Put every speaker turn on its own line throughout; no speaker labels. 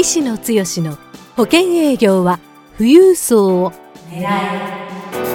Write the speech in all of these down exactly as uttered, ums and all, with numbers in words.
石野剛の保険営業は富裕層を狙い。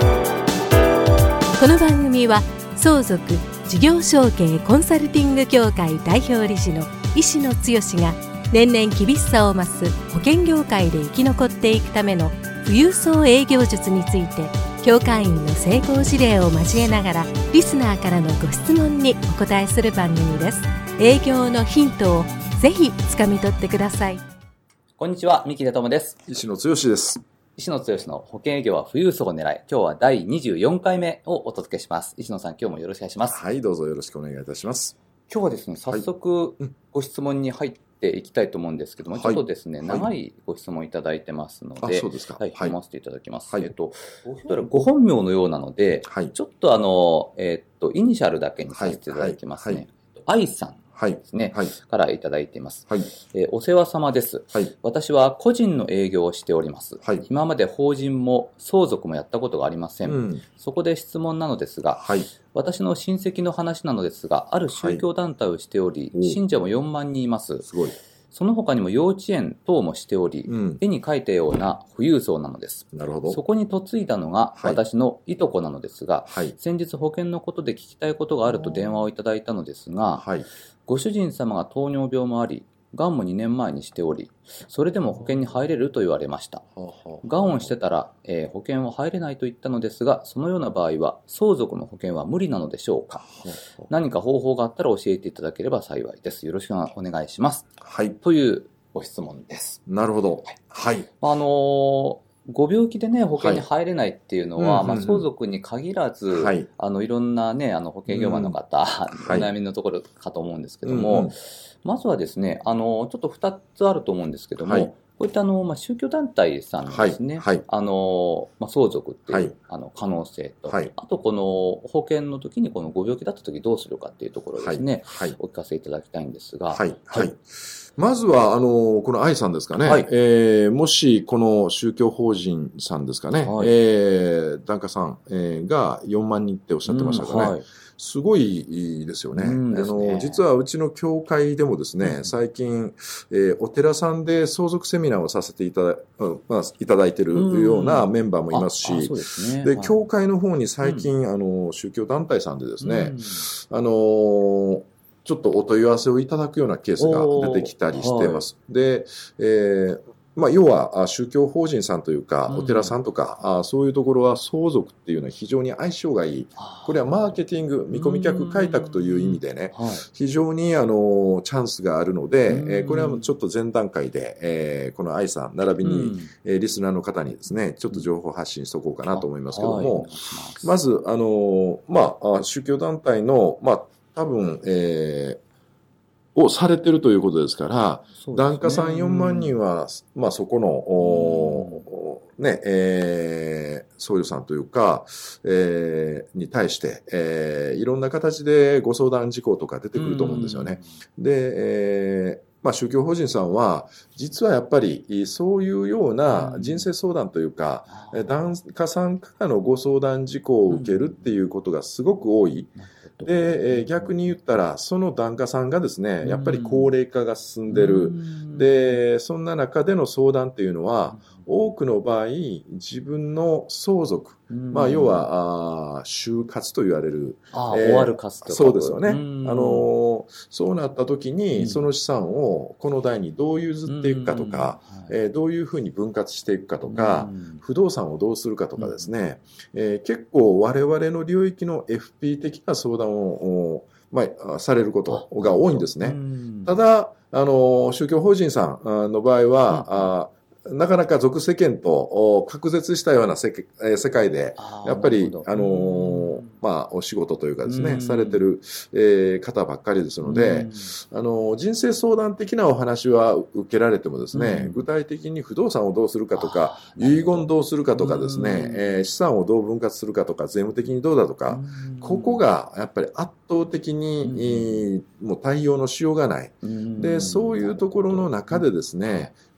この番組は相続事業承継コンサルティング協会代表理事の石野剛が年々厳しさを増す保険業界で生き残っていくための富裕層営業術について、協会員の成功事例を交えながらリスナーからのご質問にお答えする番組です。営業のヒントをぜひつかみ取ってください。
こんにちは、三木出友です。
石野剛です。
石野剛の保険営業は富裕層を狙い。今日はだいにじゅうよんかいめをお届けします。石野さん、今日もよろしくお願いします。
はい、どうぞよろしくお願いいたします。
今日はですね、早速ご質問に入っていきたいと思うんですけども、はい、ちょっとですね、はい、長いご質問いただいてますので、
あ、そうですか。
はい、読ませていただきます。
はい、
えっと、ご本名のようなので、はい、ちょっとあの、えっと、イニシャルだけにさせていただきますね。はい、愛さん。ですね、はい、からいただいています、はい。えー、お世話様です、はい。私は個人の営業をしております、はい。今まで法人も相続もやったことがありません、うん、そこで質問なのですが、はい、私の親戚の話なのですが、ある宗教団体をしており、はい、信者もよんまんにんいます。すごい。その他にも幼稚園等もしており、うん、絵に描いたような富裕層なのです。なるほど。そこに嫁いだのが私のいとこなのですが、はい、先日保険のことで聞きたいことがあると電話をいただいたのですが、はい、ご主人様が糖尿病もあり、がんもにねんまえにしており、それでも保険に入れると言われました。がんをしてたら、えー、保険は入れないと言ったのですが、そのような場合は相続の保険は無理なのでしょうか。何か方法があったら教えていただければ幸いです。よろしくお願いします。はい。というご質問です。
なるほど。はい。はい、
あのーご病気でね、保険に入れないっていうのは、はい、まあ、相続に限らず、はい、あの、いろんなね、あの、保険業務の方、うん、お悩みのところかと思うんですけども、はい、まずはですね、あの、ちょっと二つあると思うんですけども、はい、こういったあの、まあ、宗教団体さんのですね、はいはい、あの、まあ、相続っていう、はい、あの、可能性と、はい、あとこの保険の時にこのご病気だった時どうするかっていうところをですね、はいはい、お聞かせいただきたいんですが、
はい。はいはいまずは、あの、この愛さんですかね。はい、えー、もし、この宗教法人さんですかね。はい、えー、檀家さん、えー、がよんまんにんっておっしゃってましたからね。うんはい、すごいですよね。うんですね。あの、実はうちの教会でもですね、うん、最近、えー、お寺さんで相続セミナーをさせていただ、まあ、いただいているようなメンバーもいますし、うん、そうですね。で、はい、教会の方に最近、うん、あの、宗教団体さんでですね、うん、あの、ちょっとお問い合わせをいただくようなケースが出てきたりしています。はい、で、えー、まあ、要は宗教法人さんというか、お寺さんとか、うん、あそういうところは相続っていうのは非常に相性がいい。これはマーケティング、見込み客開拓という意味でね、はい、非常にあのチャンスがあるので、えー、これはちょっと前段階で、えー、この愛さん、並びに、うんえー、リスナーの方にですね、ちょっと情報発信しとこうかなと思いますけども、はい、まず、あの、まあ、宗教団体の、まあ、多分、えー、をされてるということですから、檀家さんよんまんにんは、まあそこの、おね、えー、僧侶さんというか、えー、に対して、えー、いろんな形でご相談事項とか出てくると思うんですよね。で、えーまあ、宗教法人さんは、実はやっぱり、そういうような人生相談というか、檀家さんからのご相談事項を受けるっていうことがすごく多い。で、逆に言ったら、その檀家さんがですね、やっぱり高齢化が進んでる。で、そんな中での相談っていうのは、多くの場合、自分の相続、まあ、要は、あ就活と言われる。
あ、えー、終わる活と
そうですよね。あの、そうなった時に、その資産をこの代にどう譲っていくかとか、えー、どういうふうに分割していくかとか、不動産をどうするかとかですね、えー、結構我々の領域の エフピー 的な相談を、まあ、されることが多いんですね。ただ、あの、宗教法人さんの場合は、うんなかなか俗世間と隔絶したような世界で、やっぱり、あの、まあ、お仕事というかですね、されてる、えー、方ばっかりですので、あの、人生相談的なお話は受けられてもですね、具体的に不動産をどうするかとか、遺言どうするかとかですね、えー、資産をどう分割するかとか、税務的にどうだとか、ここがやっぱり圧倒的に、えー、もう対応のしようがない。で、そういうところの中でですね、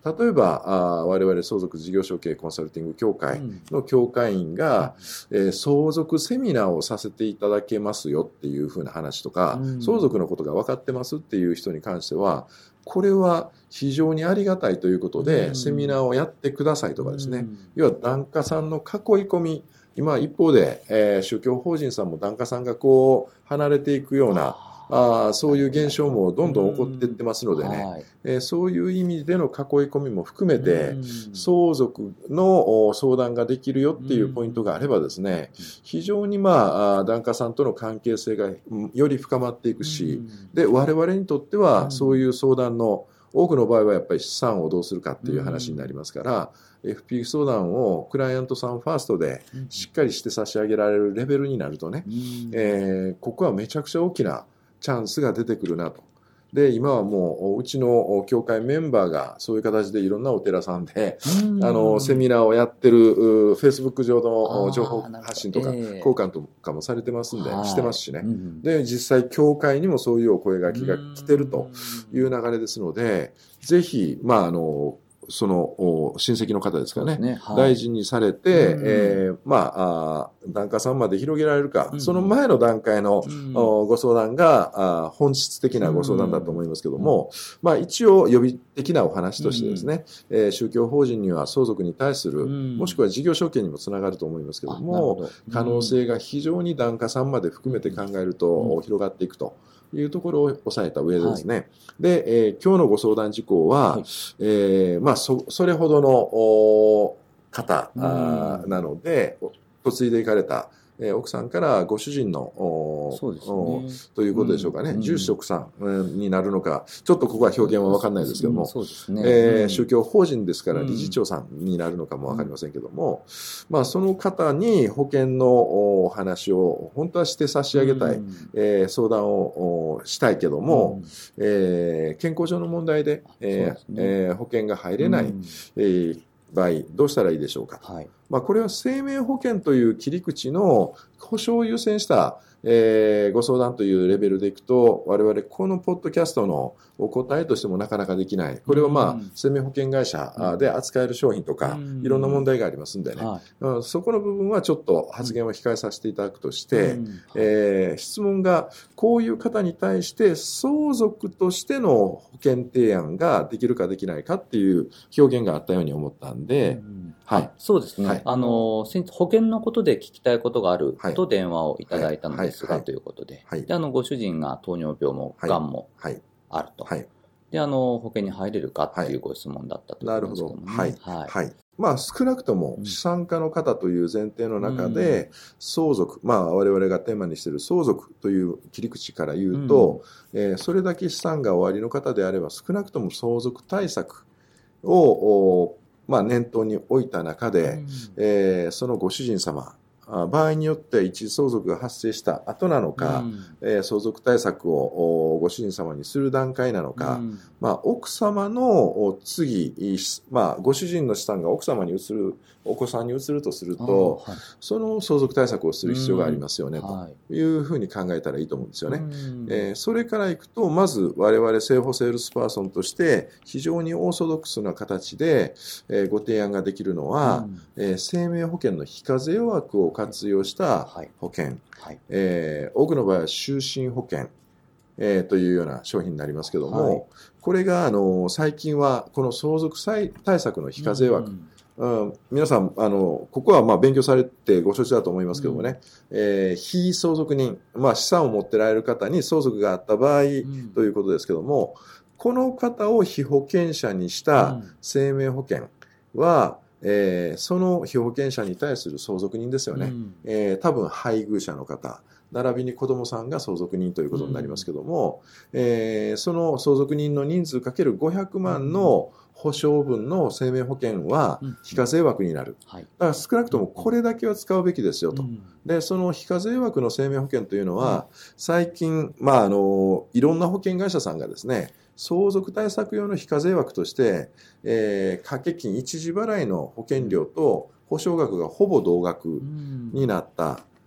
例えばあ我々相続事業承継コンサルティング協会の協会員が、うんえー、相続セミナーをさせていただけますよっていうふうな話とか、うん、相続のことが分かってますっていう人に関してはこれは非常にありがたいということで、うん、セミナーをやってくださいとかですね、うん、要は檀家さんの囲い込み、今一方で、えー、宗教法人さんも檀家さんがこう離れていくようなあそういう現象もどんどん起こっていってますのでね、はいえー、そういう意味での囲い込みも含めて相続の相談ができるよっていうポイントがあればですね、非常にまあ檀家さんとの関係性がより深まっていくし、で我々にとってはそういう相談の多くの場合はやっぱり資産をどうするかっていう話になりますから、うん、エフピー 相談をクライアントさんファーストでしっかりして差し上げられるレベルになるとね、うんえー、ここはめちゃくちゃ大きなチャンスが出てくるなと。で、今はもううちの協会メンバーがそういう形でいろんなお寺さんで、あの、セミナーをやってる、フェイスブック上の情報発信とか、交換とかもされてますんで、してますしね。で、実際協会にもそういうお声掛けが来てるという流れですので、ぜひ、まあ、あの、その親戚の方ですかね、ねはい、大事にされて、うんえー、まあ、あ檀家さんまで広げられるか、うん、その前の段階の、うん、ご相談があ本質的なご相談だと思いますけども、うんまあ、一応予備的なお話としてですね、うんえー、宗教法人には相続に対する、うん、もしくは事業承継にもつながると思いますけども、どうん、可能性が非常に檀家さんまで含めて考えると、うん、広がっていくというところを押さえた上でですね。はい、で、えー、今日のご相談事項は、はい、えー、まあ、そ、それほどの方なので、嫁いでいかれた、えー、奥さんからご主人のそうですね、ということでしょうかね、うん、住職さんになるのか、ちょっとここは表現は分かんないですけども、そうですねえー、宗教法人ですから理事長さんになるのかも分かりませんけども、うんまあ、その方に保険のお話を本当はして差し上げたい、うんえー、相談をしたいけども、うんえー、健康上の問題で、えーねえー、保険が入れない、うんえー場合どうしたらいいでしょうか、はいまあ、これは生命保険という切り口の保証を優先した、えー、ご相談というレベルでいくと我々このポッドキャストのお答えとしてもなかなかできない。これはまあ、うん、生命保険会社で扱える商品とか、うん、いろんな問題がありますんでね、はい、そこの部分はちょっと発言を控えさせていただくとして、うんえー、質問がこういう方に対して相続としての保険提案ができるかできないかっていう表現があったように思ったんで、うん
はい、そうですね、はい、あの保険のことで聞きたいことがあると電話をいただいたのですが、はいはいはい、ということで、はい、であのご主人が糖尿病もがんもあると、はいはい、であの保険に入れるかっていうご質問だったと思うんですけども、ね、
なるほど、はいはいはい、まあ少なくとも資産家の方という前提の中で、うん、相続、まあ我々がテーマにしている相続という切り口から言うと、うんえー、それだけ資産がおありの方であれば少なくとも相続対策をまあ、念頭に置いた中で、うんえー、そのご主人様、場合によって一時相続が発生した後なのか、うんえー、相続対策をご主人様にする段階なのか、うんまあ、奥様の次、まあ、ご主人の資産が奥様に移る、お子さんに移るとすると、はい、その相続対策をする必要がありますよね、うん、というふうに考えたらいいと思うんですよね。うんえー、それからいくと、まず我々生保セールスパーソンとして非常にオーソドックスな形で、えー、ご提案ができるのは、うんえー、生命保険の非課税枠を活用した保険、はいはいえー、多くの場合は就寝保険、えー、というような商品になりますけども、はい、これがあの最近はこの相続対策の非課税枠、うんうん、皆さんあのここはまあ勉強されてご承知だと思いますけどもね、うんえー、非相続人、まあ、資産を持ってられる方に相続があった場合、うん、ということですけども、この方を被保険者にした生命保険は、うんえー、その被保険者に対する相続人ですよね、うんえー、多分配偶者の方並びに子供さんが相続人ということになりますけども、うんえー、その相続人の人数かけるごひゃくまんの保証分の生命保険は非課税枠になる、うんはい、だから少なくともこれだけは使うべきですよと、うん、でその非課税枠の生命保険というのは、うん、最近、まあ、あのいろんな保険会社さんがですね相続対策用の非課税枠として、えー、掛け金一時払いの保険料と保証額がほぼ同額になった、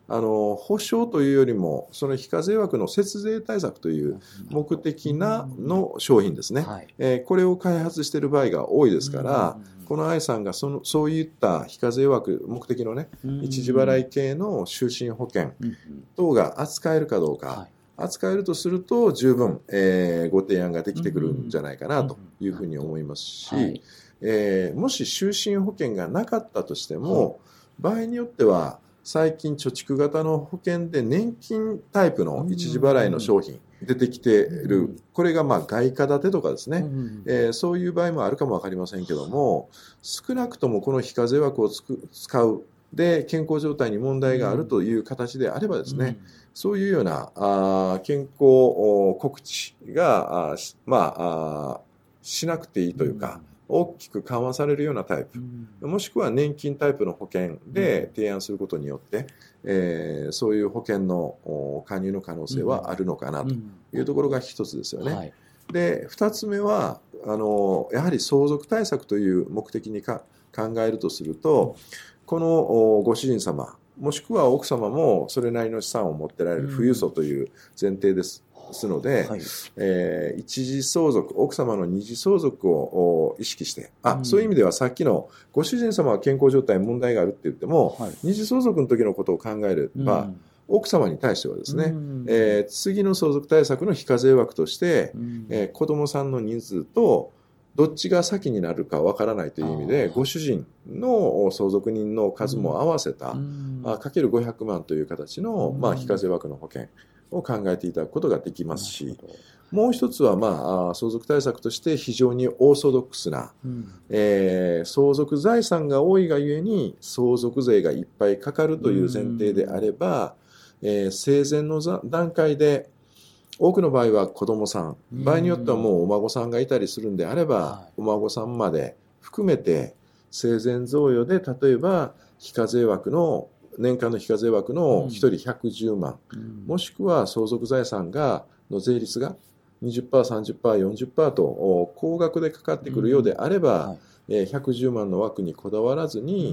あの保証というよりもその非課税枠の節税対策という目的なの商品ですね、はい、えー、これを開発している場合が多いですから、この愛さんがそのそういった非課税枠目的のね、一時払い系の就寝保険等が扱えるかどうか、はい、扱えるとすると十分、えー、ご提案ができてくるんじゃないかなというふうに思いますし、はい、えー、もし就寝保険がなかったとしても、はい、場合によっては最近貯蓄型の保険で年金タイプの一時払いの商品出てきている、これがまあ外貨建てとかですね、えー、そういう場合もあるかもわかりませんけども、少なくともこの非課税枠をつく使うで健康状態に問題があるという形であればですね、そういうようなあ健康告知があまああしなくていいというか、大きく緩和されるようなタイプ、うん、もしくは年金タイプの保険で提案することによって、うん、えー、そういう保険の加入の可能性はあるのかなというところが一つですよね、うん、はい、で二つ目はあのやはり相続対策という目的にか考えるとすると、このご主人様もしくは奥様もそれなりの資産を持ってられる富裕層という前提です、ですので、はい、えー、一時相続、奥様の二次相続を意識して、あ、うん、そういう意味ではさっきのご主人様は健康状態に問題があるって言っても、はい、二次相続の時のことを考えれば、うん、奥様に対してはですね、うん、えー、次の相続対策の非課税枠として、うん、えー、子供さんの人数とどっちが先になるかわからないという意味で、ご主人の相続人の数も合わせた、うん、あかけるごひゃくまんという形の、うん、まあ、非課税枠の保険を考えていただくことができますし、もう一つは、まあ、相続対策として非常にオーソドックスな、うん、えー、相続財産が多いがゆえに相続税がいっぱいかかるという前提であれば、うん、えー、生前の段階で多くの場合は子供さん、場合によってはもうお孫さんがいたりするんであれば、はい、お孫さんまで含めて生前贈与で例えば非課税枠の年間の非課税枠のひとりひゃくじゅうまん、うん、もしくは相続財産がの税率が にじゅっパーセント、さんじゅっパーセント、よんじゅっパーセント と高額でかかってくるようであれば、うん、はい、えー、ひゃくじゅうまんの枠にこだわらずに、うん、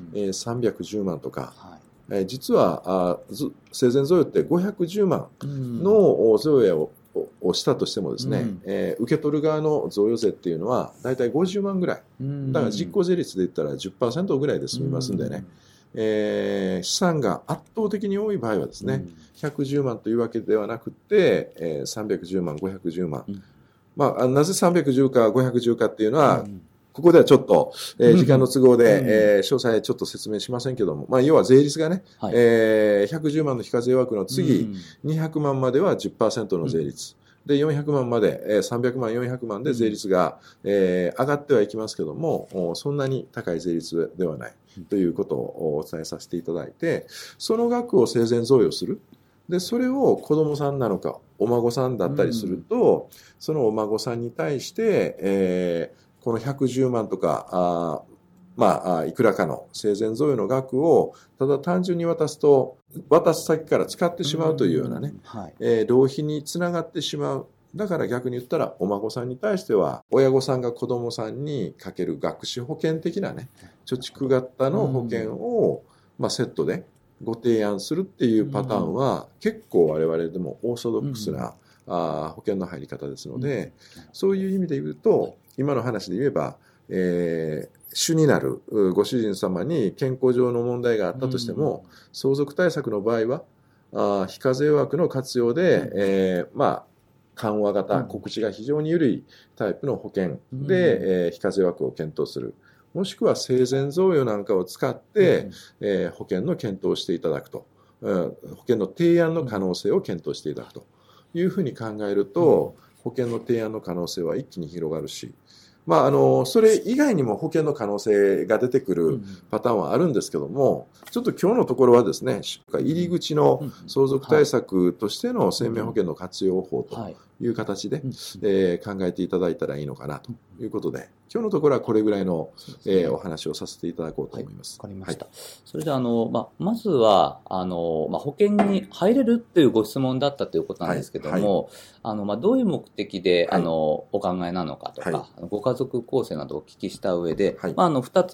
えー、さんびゃくじゅうまんとか、はい、えー、実はあ生前贈与ってごひゃくじゅうまんの贈与ををしたとしてもですね、うん、えー、受け取る側の贈与税っていうのはだいたいごじゅうまんぐらい、うん、だから実効税率で言ったら じゅっパーセント ぐらいで済みますんでね、うん、えー、資産が圧倒的に多い場合はですね、うん、ひゃくじゅうまんというわけではなくて、えー、さんびゃくじゅうまん、ごひゃくじゅうまん、うん、まあ、なぜさんびゃくじゅうかごひゃくじゅうかっていうのは、うん、ここではちょっと、えー、時間の都合で、うん、えー、詳細ちょっと説明しませんけども、まあ、要は税率がね、はい、えー、ひゃくじゅうまんの非課税枠の次、うん、にひゃくまんまでは じゅっパーセント の税率、うん、でよんひゃくまんまで、えー、さんびゃくまん、よんひゃくまんで税率が、えー、上がってはいきますけども、そんなに高い税率ではないということをお伝えさせていただいて、その額を生前贈与する。で、それを子供さんなのか、お孫さんだったりすると、うん、そのお孫さんに対して、えー、このひゃくじゅうまんとか、あまあ、いくらかの生前贈与の額を、ただ単純に渡すと、渡す先から使ってしまうというようなね、うん、はい、えー、浪費につながってしまう。だから逆に言ったら、お孫さんに対しては、親御さんが子供さんにかける学資保険的なね、貯蓄型の保険を、まあ、セットでご提案するっていうパターンは、結構我々でもオーソドックスな、うん、あ保険の入り方ですので、うん、そういう意味で言うと、今の話で言えば、えー、主になるご主人様に健康上の問題があったとしても、うん、相続対策の場合は、あ非課税枠の活用で、うん、えー、まあ、緩和型、告知が非常に緩いタイプの保険で、うん、えー、非課税枠を検討する。もしくは生前贈与なんかを使って、うん、えー、保険の検討をしていただくと、うん、保険の提案の可能性を検討していただくというふうに考えると、うん、保険の提案の可能性は一気に広がるし、まあ、あの、それ以外にも保険の可能性が出てくるパターンはあるんですけども、ちょっと今日のところはですね、入り口の相続対策としての生命保険の活用法という形で、えー、考えていただいたらいいのかなということで、今日のところはこれぐらいの、えー、お話をさせていただこうと思います。
わ、はい、かりました。はい、それであの、まあ、まずは、あの、まあ、保険に入れるっていうご質問だったということなんですけども、はいはい、あの、まあ、どういう目的で、はい、あの、お考えなのかとか、はい、ご家族構成などをお聞きした上で、はい、まあ、あの、二つあ、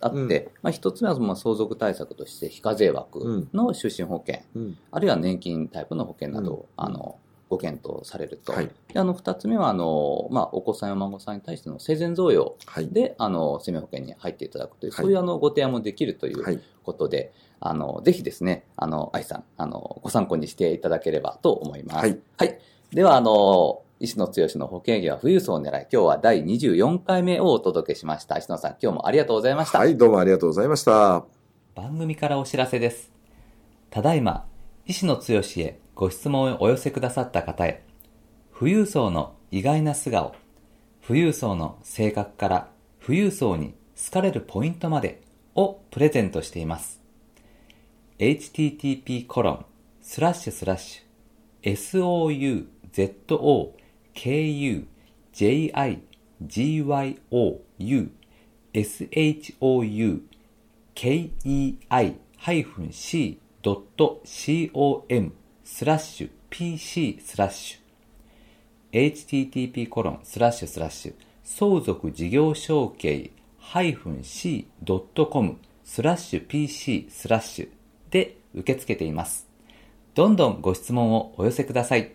あって、うん、まあ、一つ目はまあ相続対策として非課税枠の就寝保険、うん、あるいは年金タイプの保険などを、うん、あのご検討されると。はい、であの二つ目はあの、まあ、お子さんやお孫さんに対しての生前贈与で、はい、あの生命保険に入っていただくという、はい、そういうあのご提案もできるということで、はい、あのぜひですね、あの愛さんあのご参考にしていただければと思います。はい。はい、ではあの石野剛の保険業は富裕層を狙い、今日はだいにじゅうよんかいめをお届けしました。石野さん、今日もありがとうございました。
はい、どうもありがとうございました。
番組からお知らせです。ただいま石野剛へご質問をお寄せくださった方へ、富裕層の意外な素顔、富裕層の性格から富裕層に好かれるポイントまでをプレゼントしています。エイチティーティーピーコロンスラッシュスラッシュエスオーユーゼットオーケーユージェイアイジーワイオーユーエスエイチオーユーケーイーアイシードットコムスラッシュピーシースラッシュ エイチティーティーピーコロンスラッシュスラッシュ相続事業承継 -c ドットコムスラッシュ ピーシー スラッシュで受け付けています。どんどんご質問をお寄せください。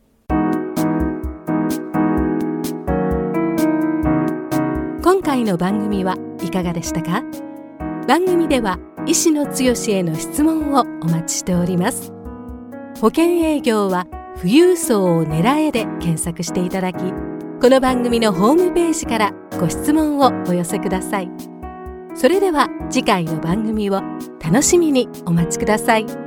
今回の番組はいかがでしたか？番組では石野剛への質問をお待ちしております。保険営業は富裕層を狙えで検索していただき、この番組のホームページからご質問をお寄せください。それでは次回の番組を楽しみにお待ちください。